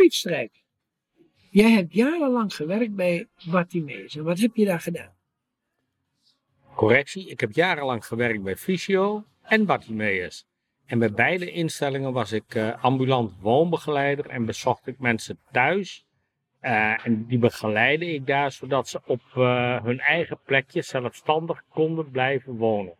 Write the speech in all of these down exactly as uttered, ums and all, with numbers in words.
Piet Strijk, jij hebt jarenlang gewerkt bij Bartimeus. En wat heb je daar gedaan? Correctie, ik heb jarenlang gewerkt bij Fysio en Bartimeus. En bij beide instellingen was ik uh, ambulant woonbegeleider en bezocht ik mensen thuis. Uh, en die begeleidde ik daar zodat ze op uh, hun eigen plekje zelfstandig konden blijven wonen.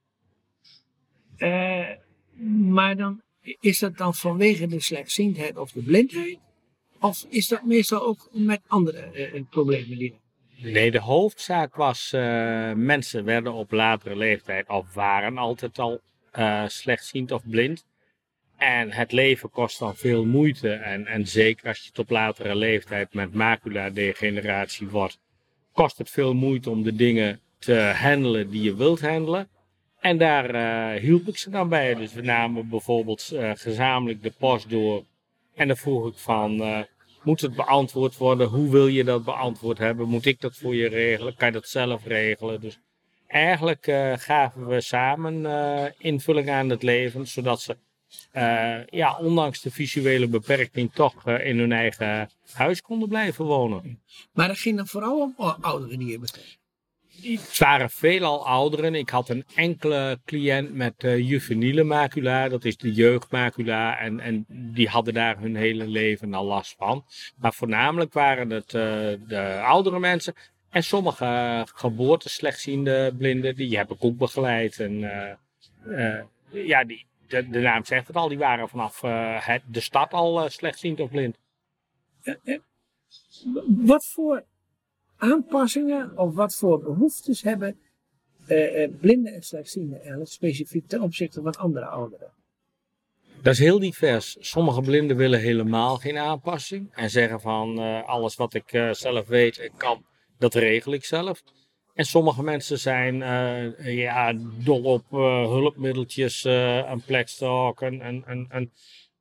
Uh, maar dan is dat dan vanwege de slechtziendheid of de blindheid? Of is dat meestal ook met andere uh, problemen die? Nee, de hoofdzaak was, uh, mensen werden op latere leeftijd of waren altijd al uh, slechtziend of blind. En het leven kost dan veel moeite en, en zeker als je het op latere leeftijd met maculadegeneratie wordt, kost het veel moeite om de dingen te handelen die je wilt handelen. En daar uh, hielp ik ze dan bij. Dus we namen bijvoorbeeld uh, gezamenlijk de post door en dan vroeg ik van, uh, moet het beantwoord worden? Hoe wil je dat beantwoord hebben? Moet ik dat voor je regelen? Kan je dat zelf regelen? Dus eigenlijk uh, gaven we samen uh, invulling aan het leven, zodat ze uh, ja, ondanks de visuele beperking toch uh, in hun eigen huis konden blijven wonen. Maar dat ging dan vooral om ouderen die je betreft? Het waren veelal ouderen. Ik had een enkele cliënt met uh, juveniele macula, dat is de jeugdmacula, en, en die hadden daar hun hele leven al last van. Maar voornamelijk waren het uh, de oudere mensen en sommige uh, geboorteslechtziende blinden, die heb ik ook begeleid. En, uh, uh, ja, die, de, de naam zegt het al, die waren vanaf uh, het, de stad al uh, slechtziend of blind. Uh, uh, wat voor aanpassingen of wat voor behoeftes hebben uh, uh, blinden en slechtzienden eigenlijk specifiek ten opzichte van andere ouderen? Dat is heel divers. Sommige blinden willen helemaal geen aanpassing en zeggen van uh, alles wat ik uh, zelf weet en kan, dat regel ik zelf. En sommige mensen zijn uh, ja, dol op uh, hulpmiddeltjes, uh, een Plextalk, een, een, een, een,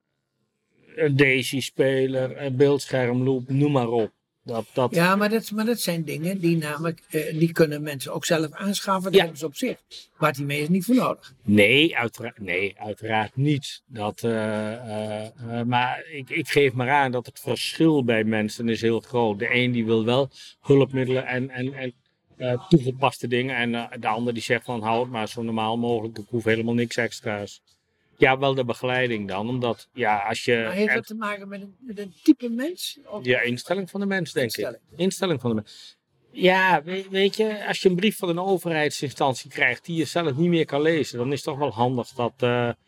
een Daisy-speler, een beeldschermloop, noem maar op. Dat, dat... Ja, maar dat, maar dat zijn dingen die namelijk, uh, die kunnen mensen ook zelf aanschaffen. Dat ja. hebben ze op zich. Waar die mee is niet voor nodig. Nee, uiteraard, nee, uiteraard niet. Dat, uh, uh, uh, maar ik, ik geef maar aan dat het verschil bij mensen is heel groot. De een die wil wel hulpmiddelen en, en, en uh, toegepaste dingen. En uh, de ander die zegt van hou het maar zo normaal mogelijk. Ik hoef helemaal niks extra's. Ja, wel de begeleiding dan. Omdat, ja, als je... Maar heeft dat te maken met een, met een type mens? Of? Ja, instelling van de mens, denk instelling. ik. Instelling van de mens. Ja, weet, weet je, als je een brief van een overheidsinstantie krijgt die je zelf niet meer kan lezen, dan is het toch wel handig dat, uh, uh,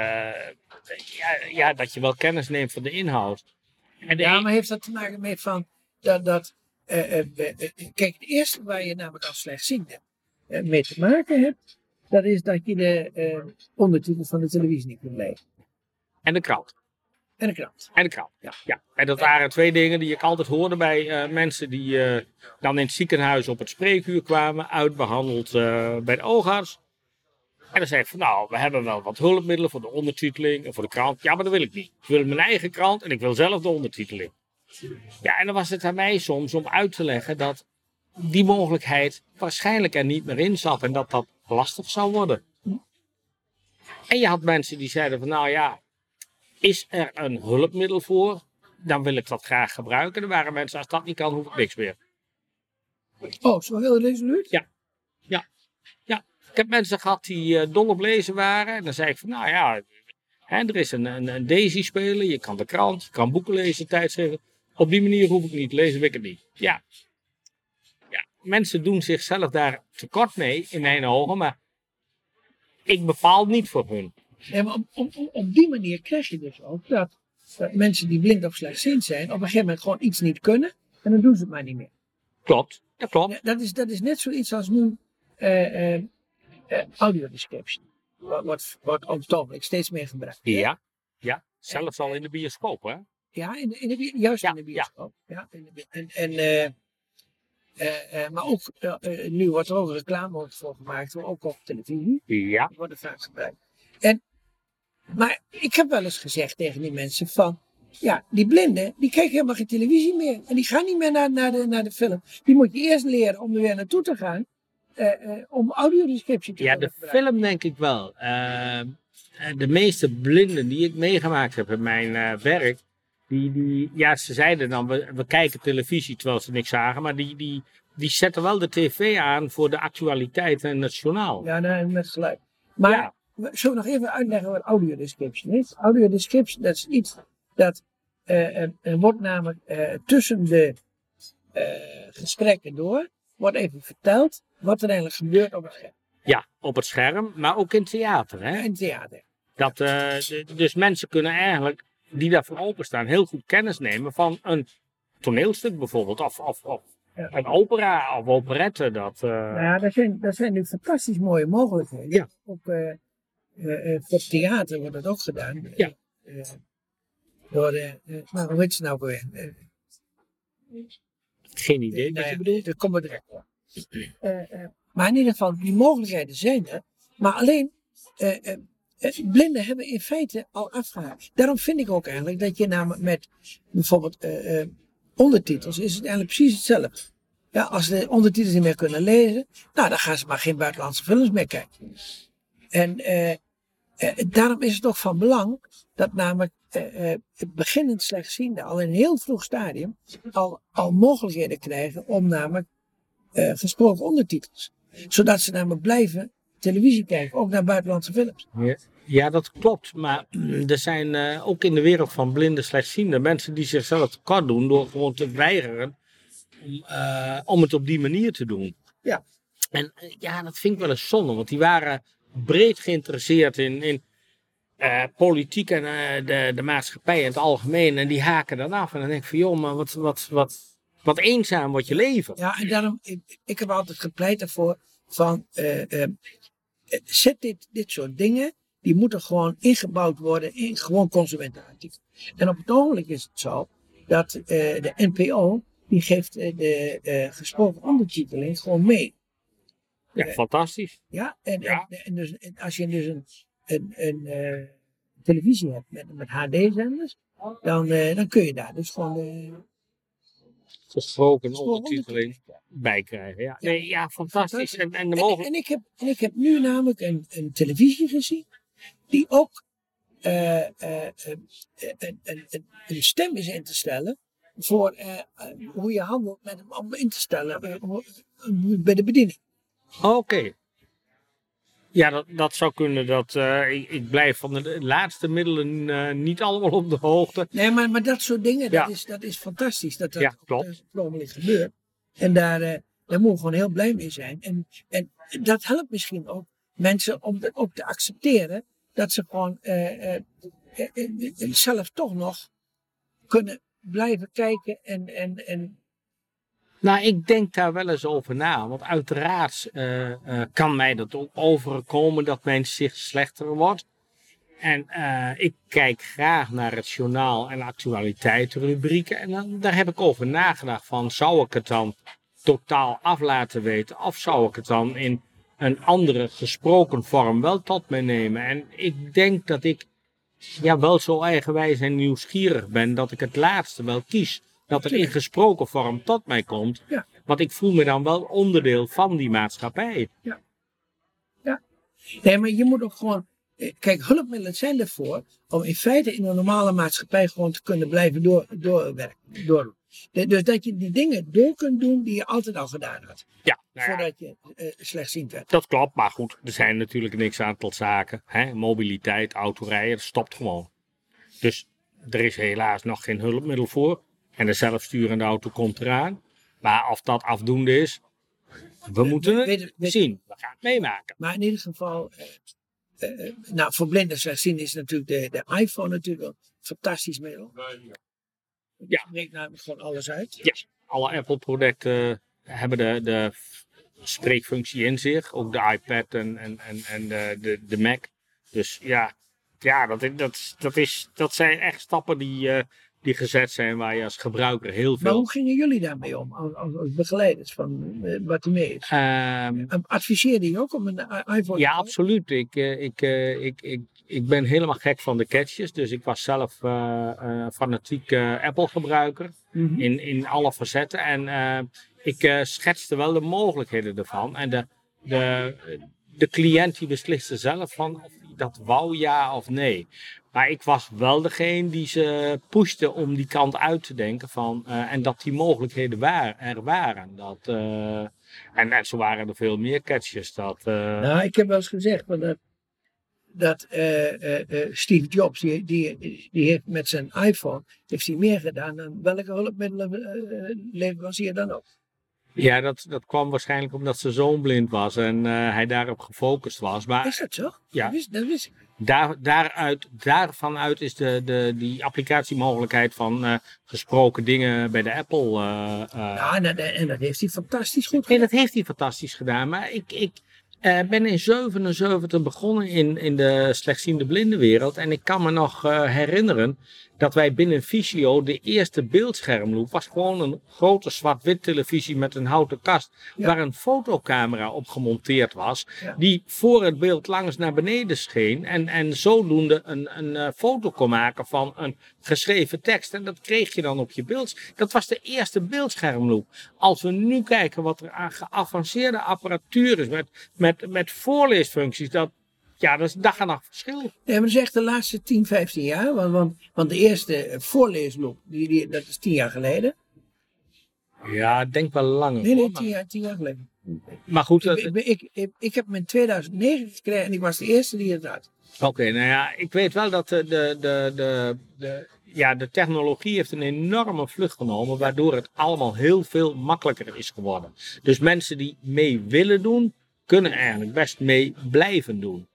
ja, ja, dat je wel kennis neemt van de inhoud. En de ja, maar heeft dat te maken met van, dat, dat uh, uh, uh, kijk, het eerste waar je namelijk als slechtziende uh, mee te maken hebt, dat is dat je de uh, ondertitels van de televisie niet kunt lezen. En de krant. En de krant. En de krant, ja. ja. En dat waren twee dingen die ik altijd hoorde bij uh, mensen die uh, dan in het ziekenhuis op het spreekuur kwamen, uitbehandeld uh, bij de oogarts. En dan zei ik van nou, we hebben wel wat hulpmiddelen voor de ondertiteling en voor de krant. Ja, maar dat wil ik niet. Ik wil mijn eigen krant en ik wil zelf de ondertiteling. Ja, en dan was het aan mij soms om uit te leggen dat die mogelijkheid waarschijnlijk er niet meer in zat en dat dat lastig zou worden. En je had mensen die zeiden van nou ja, is er een hulpmiddel voor, dan wil ik dat graag gebruiken. Er waren mensen, als dat niet kan, hoef ik niks meer. Oh, zo heel resoluut? Ja, ja, ja. Ik heb mensen gehad die uh, dol op lezen waren. En dan zei ik van, nou ja, hè, er is een, een, een Daisy-speler, je kan de krant, je kan boeken lezen, tijdschriften. Op die manier hoef ik niet, lezen wil ik het niet. Ja. ja, mensen doen zichzelf daar tekort mee, in mijn ogen, maar ik bepaal niet voor hun. Ja, maar op, op, op die manier krijg je dus ook dat, dat mensen die blind of slechtziend zijn, op een gegeven moment gewoon iets niet kunnen en dan doen ze het maar niet meer. Klopt, dat klopt. Ja, dat, is, dat is net zoiets als nu uh, uh, uh, audiodescription. Wat, wat, wat op het ogenblik steeds meer gebruikt. Ja, ja. Zelfs al in de bioscoop, hè? Ja, in de, in de, juist ja, in de bioscoop. Ja. Ja, in de, en, en, uh, uh, uh, maar ook, uh, uh, nu wordt er ook reclame voor gemaakt, ook op televisie. Ja. Die worden vaak gebruikt. En Maar ik heb wel eens gezegd tegen die mensen van, ja, die blinden, die kijken helemaal geen televisie meer. En die gaan niet meer naar, naar, de, naar de film. Die moet je eerst leren om er weer naartoe te gaan, uh, uh, om audiodescriptie te Ja, de gebruiken. film denk ik wel. Uh, de meeste blinden die ik meegemaakt heb in mijn uh, werk, Die, die, ja, ze zeiden dan, we, we kijken televisie terwijl ze niks zagen, maar die, die, die zetten wel de tv aan voor de actualiteit en het journaal. Ja, nee, met gelijk. Maar Ja. we- zullen we nog even uitleggen wat audiodescription is? Audiodescription, dat is iets dat eh, er, er wordt namelijk eh, tussen de eh, gesprekken door, wordt even verteld wat er eigenlijk gebeurt op het scherm. Ja, op het scherm, maar ook in theater. Hè? In het theater. Dat, eh, de- dus mensen kunnen eigenlijk, die daarvoor openstaan, heel goed kennis nemen van een toneelstuk bijvoorbeeld. Of, of, of Ja. een opera of operette. Dat, eh, Nou ja, dat zijn, dat zijn nu fantastisch mooie mogelijkheden. Ja. Ook eh, eh, eh, voor theater wordt dat ook gedaan. Ja. Eh, eh, door de, eh, nou, hoe heet ze nou ook weer? Eh, Geen idee nou wat ja, je bedoelt. Dat komt er direct op. Eh, eh, maar in ieder geval, die mogelijkheden zijn er. Maar alleen, eh, eh, eh, blinden hebben in feite al afgehaakt. Daarom vind ik ook eigenlijk dat je namelijk met bijvoorbeeld eh, eh, ondertitels, is het eigenlijk precies hetzelfde. Ja, als ze de ondertitels niet meer kunnen lezen, nou dan gaan ze maar geen buitenlandse films meer kijken. En eh, eh, daarom is het ook van belang dat namelijk eh, eh, beginnend slechtzienden al in een heel vroeg stadium al, al mogelijkheden krijgen om namelijk eh, gesproken ondertitels. Zodat ze namelijk blijven televisie kijken, ook naar buitenlandse films. Ja, ja, dat klopt. Maar er zijn eh, ook in de wereld van blinden slechtzienden mensen die zichzelf tekort doen door gewoon te weigeren om, eh, om het op die manier te doen. Ja. En eh, ja, dat vind ik wel eens zonde, want die waren breed geïnteresseerd in, in eh, politiek en eh, de, de maatschappij in het algemeen. En die haken dan af. En dan denk ik van, joh, maar wat, wat, wat, wat eenzaam wordt je leven. Ja, en daarom, ik, ik heb altijd gepleit ervoor van, eh, eh, zet dit, dit soort dingen, die moeten gewoon ingebouwd worden in gewoon consumentenartikelen. En op het ogenblik is het zo dat eh, de N P O, die geeft eh, de eh, gesproken ondertiteling gewoon mee. Ja, fantastisch. Ja, en, Ja. en, en, dus, en als je dus een, een, een eh, televisie hebt met, met H D-zenders, dan, eh, dan kun je daar dus gewoon de Gesproken gesproken ondertiteling ondertiteling. bij krijgen. Ja, Ja. nee, ja fantastisch. En, en de En, mogelijk... en, ik heb, en ik heb nu namelijk een, een televisie gezien die ook eh, eh, eh, een, een, een, een stem is in te stellen voor eh, eh, hoe je handelt met hem om in te stellen eh, hoe- hoe- bij de bediening. Oké. Ja, dat, dat zou kunnen. Dat, eh, ik, ik blijf van de laatste middelen eh, niet allemaal op de hoogte. Nee, maar, maar dat soort dingen, Ja. dat, is, dat is fantastisch dat dat Ja, op klopt. het ogenblik gebeurt. En daar, eh, daar moeten we gewoon heel blij mee zijn. En, en dat helpt misschien ook mensen om dat ook te accepteren dat ze gewoon eh, eh, eh, eh, eh, zelf toch nog kunnen blijven kijken en, en, en Nou, ik denk daar wel eens over na. Want uiteraard eh, eh, kan mij dat ook overkomen dat mijn zicht slechter wordt. En eh, ik kijk graag naar het journaal en actualiteitenrubrieken. En dan, daar heb ik over nagedacht van, zou ik het dan totaal af laten weten? Of zou ik het dan in een andere gesproken vorm wel tot me nemen? En ik denk dat ik ja, wel zo eigenwijs en nieuwsgierig ben dat ik het laatste wel kies. Dat het in gesproken vorm tot mij komt. Ja. Want ik voel me dan wel onderdeel van die maatschappij. nee, maar je moet ook gewoon, eh, kijk, hulpmiddelen zijn ervoor om in feite in een normale maatschappij gewoon te kunnen blijven door, doorwerken. Door. De- Dus dat je die dingen door kunt doen die je altijd al gedaan had. Ja, nou ja, Voordat je eh, slechtziend werd. dat klopt. Maar goed, er zijn natuurlijk niks aantal zaken. Hè? Mobiliteit, autorijden, dat stopt gewoon. Dus er is helaas nog geen hulpmiddel voor. En de zelfsturende auto komt eraan. Maar of dat afdoende is, we moeten het weet- weet- zien. We gaan het meemaken. Maar in ieder geval, eh, eh, nou voor blinden slechtziend is natuurlijk de, de iPhone natuurlijk een fantastisch middel. Ja. Het breekt namelijk gewoon alles uit. Ja, alle Apple-producten hebben de, de spreekfunctie in zich. Ook de iPad en, en, en, en de, de, de Mac. Dus ja, ja dat, is- dat, dat, is, dat zijn echt stappen die, eh, die gezet zijn waar je als gebruiker heel Maar veel... hoe gingen jullie daarmee om als, als, als begeleiders van uh, Bartimeus? Ehm, Adviseerde je ook om een i- iPhone ja, te absoluut. Ik, eh, ik, eh, ik, ik, ik ben helemaal gek van de catches. Dus ik was zelf eh eh, fanatiek eh, Apple-gebruiker. Mhm. in, in alle facetten. En eh, ik eh, schetste wel de mogelijkheden ervan. En de, de, de cliënt die besliste zelf van of hij dat wou, ja of nee. Maar ik was wel degene die ze pushte om die kant uit te denken van, uh, en dat die mogelijkheden waar, er waren. Dat, uh, en, en zo waren er veel meer catches. Dat, uh... Nou, ik heb wel eens gezegd dat, dat uh, uh, uh, Steve Jobs, die, die, die heeft met zijn iPhone heeft hij meer gedaan dan welke hulpmiddelen uh, leverancier dan ook. Ja, dat, dat kwam waarschijnlijk omdat zijn zoon blind was en uh, hij daarop gefocust was. Maar, is dat zo? Ja. Dat wist, dat wist ik. Daar, daaruit, daarvan uit is de, de, die applicatiemogelijkheid van uh, gesproken dingen bij de Apple. Uh, uh... Ja, en dat, en dat heeft hij fantastisch goed gedaan. gedaan. Nee, dat heeft hij fantastisch gedaan. Maar ik, ik uh, ben in zevenenzeventig begonnen in, in de slechtziende blindenwereld. En ik kan me nog uh, herinneren dat wij binnen Visio de eerste beeldschermloop was gewoon een grote zwart-wit televisie met een houten kast. Ja. Waar een fotocamera op gemonteerd was. Ja. Die voor het beeld langs naar beneden scheen. En, en zodoende een, een uh, foto kon maken van een geschreven tekst. En dat kreeg je dan op je beeld. Dat was de eerste beeldschermloop. Als we nu kijken wat er aan geavanceerde apparatuur is. Met, met, met voorleesfuncties. Dat, Ja, dat is dag en nacht verschil. Nee, maar dat is echt de laatste tien, vijftien jaar. Want, want, want de eerste voorleesloop, die, die, dat is tien jaar geleden. Ja, ik denk wel langer. Nee, nee, tien jaar, tien jaar geleden. Maar goed. Ik, ik, ik, ik, ik heb hem in tweeduizend negen gekregen en ik was de eerste die het had. Oké, okay, nou ja, ik weet wel dat de, de, de, de, de, ja, de technologie heeft een enorme vlucht genomen. Waardoor het allemaal heel veel makkelijker is geworden. Dus mensen die mee willen doen, kunnen eigenlijk best mee blijven doen.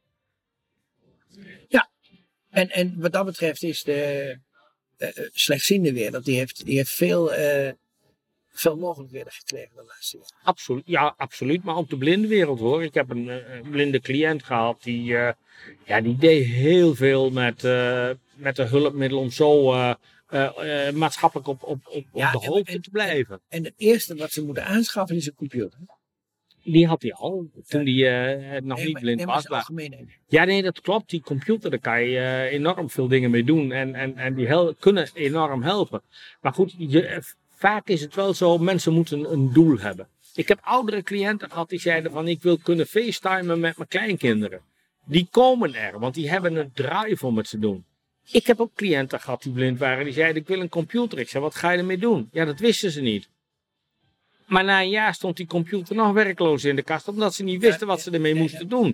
Ja, en, en wat dat betreft is de uh, slechtziende wereld, die heeft, die heeft veel, uh, veel mogelijkheden gekregen de laatste jaren. Absoluut, ja, absoluut, maar ook de blinde wereld hoor. Ik heb een, een blinde cliënt gehad die, uh, ja, die deed heel veel met, uh, met de hulpmiddelen om zo uh, uh, uh, maatschappelijk op, op, op, ja, op de hoogte en, te blijven. En, en het eerste wat ze moeten aanschaffen is een computer. Die had hij al, toen hij uh, nog nee, niet maar, blind nee, was. Maar ja, nee, dat klopt. Die computer, daar kan je uh, enorm veel dingen mee doen. En, en, en die hel- kunnen enorm helpen. Maar goed, je, vaak is het wel zo, mensen moeten een doel hebben. Ik heb oudere cliënten gehad die zeiden van, ik wil kunnen facetimen met mijn kleinkinderen. Die komen er, want die hebben een drive om het te doen. Ik heb ook cliënten gehad die blind waren, die zeiden, ik wil een computer. Ik zei, wat ga je ermee doen? Ja, dat wisten ze niet. Maar na een jaar stond die computer nog werkloos in de kast, omdat ze niet wisten wat ze ermee moesten doen.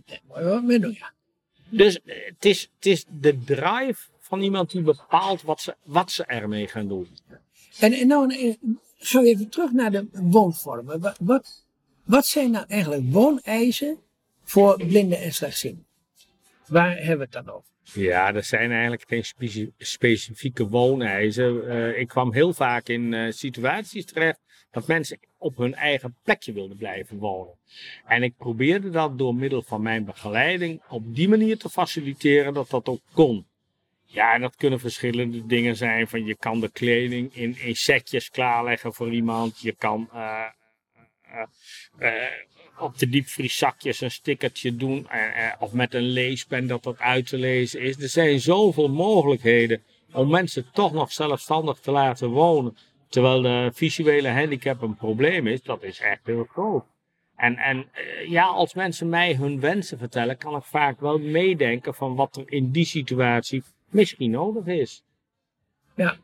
Dus het is, het is de drive van iemand die bepaalt wat ze, wat ze ermee gaan doen. En, en nou gaan we even terug naar de woonvormen. Wat, wat, wat zijn nou eigenlijk wooneisen voor blinden en slechtzienden? Waar hebben we het dan over? Ja, er zijn eigenlijk geen specie- specifieke wooneisen. Uh, ik kwam heel vaak in uh, situaties terecht dat mensen op hun eigen plekje wilden blijven wonen. En ik probeerde dat door middel van mijn begeleiding op die manier te faciliteren dat dat ook kon. Ja, en dat kunnen verschillende dingen zijn. Van je kan de kleding in, in setjes klaarleggen voor iemand. Je kan uh, uh, uh, op de diepvrieszakjes een stickertje doen. Uh, uh, of met een leespen dat dat uit te lezen is. Er zijn zoveel mogelijkheden om mensen toch nog zelfstandig te laten wonen. Terwijl de visuele handicap een probleem is. Dat is echt heel groot. En, en uh, ja, als mensen mij hun wensen vertellen, kan ik vaak wel meedenken van wat er in die situatie misschien nodig is. Ja.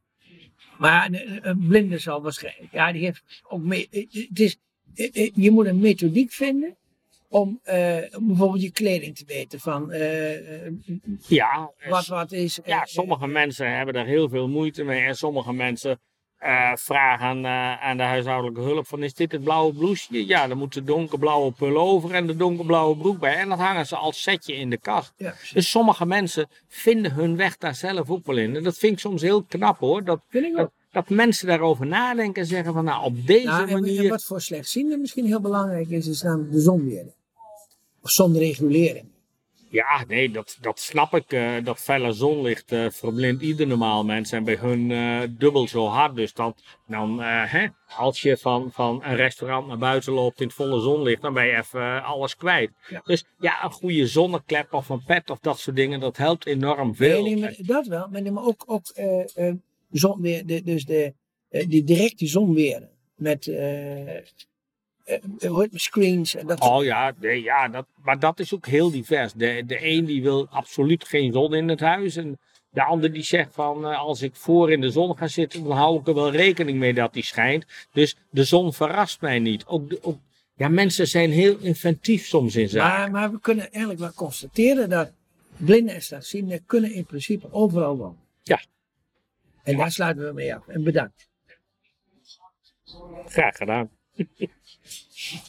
Maar een, een blinde zal waarschijnlijk, ja, die heeft ook mee, het is, je moet een methodiek vinden om uh, bijvoorbeeld je kleding te weten van uh, ja, wat wat is. Ja, uh, sommige mensen hebben daar heel veel moeite mee en sommige mensen uh, vragen aan, uh, aan de huishoudelijke hulp van, is dit het blauwe blouseje? Ja, dan moet de donkerblauwe pullover en de donkerblauwe broek bij en dat hangen ze als setje in de kast. Ja, dus sommige mensen vinden hun weg daar zelf ook wel in en dat vind ik soms heel knap hoor, dat, dat, dat mensen daarover nadenken en zeggen van, nou op deze nou, en, manier. En wat voor slechtzienden misschien heel belangrijk is, is namelijk de zonweer. Of zonregulering. Ja, nee, dat, dat snap ik. Uh, dat felle zonlicht uh, verblindt ieder normaal mens en bij hun uh, dubbel zo hard. Dus dan, dan uh, hè, als je van, van een restaurant naar buiten loopt in het volle zonlicht, dan ben je even uh, alles kwijt. Ja. Dus ja, een goede zonneklep of een pet of dat soort dingen, dat helpt enorm veel. Nee, nee, maar dat wel, maar, nee, maar ook, ook uh, uh, zonweer, de, dus de, uh, die directe zonweer met... Uh, uh, hoe heet het, screens. En dat Oh ja, nee, ja dat, maar dat is ook heel divers. De, de een die wil absoluut geen zon in het huis. En de ander die zegt van uh, als ik voor in de zon ga zitten, dan hou ik er wel rekening mee dat die schijnt. Dus de zon verrast mij niet. Ook, de, ook ja, mensen zijn heel inventief soms in zaken. Maar, maar we kunnen eigenlijk wel constateren dat blinden en slechtzienden kunnen in principe overal wonen. Ja. En daar sluiten we mee af. En bedankt. Graag gedaan.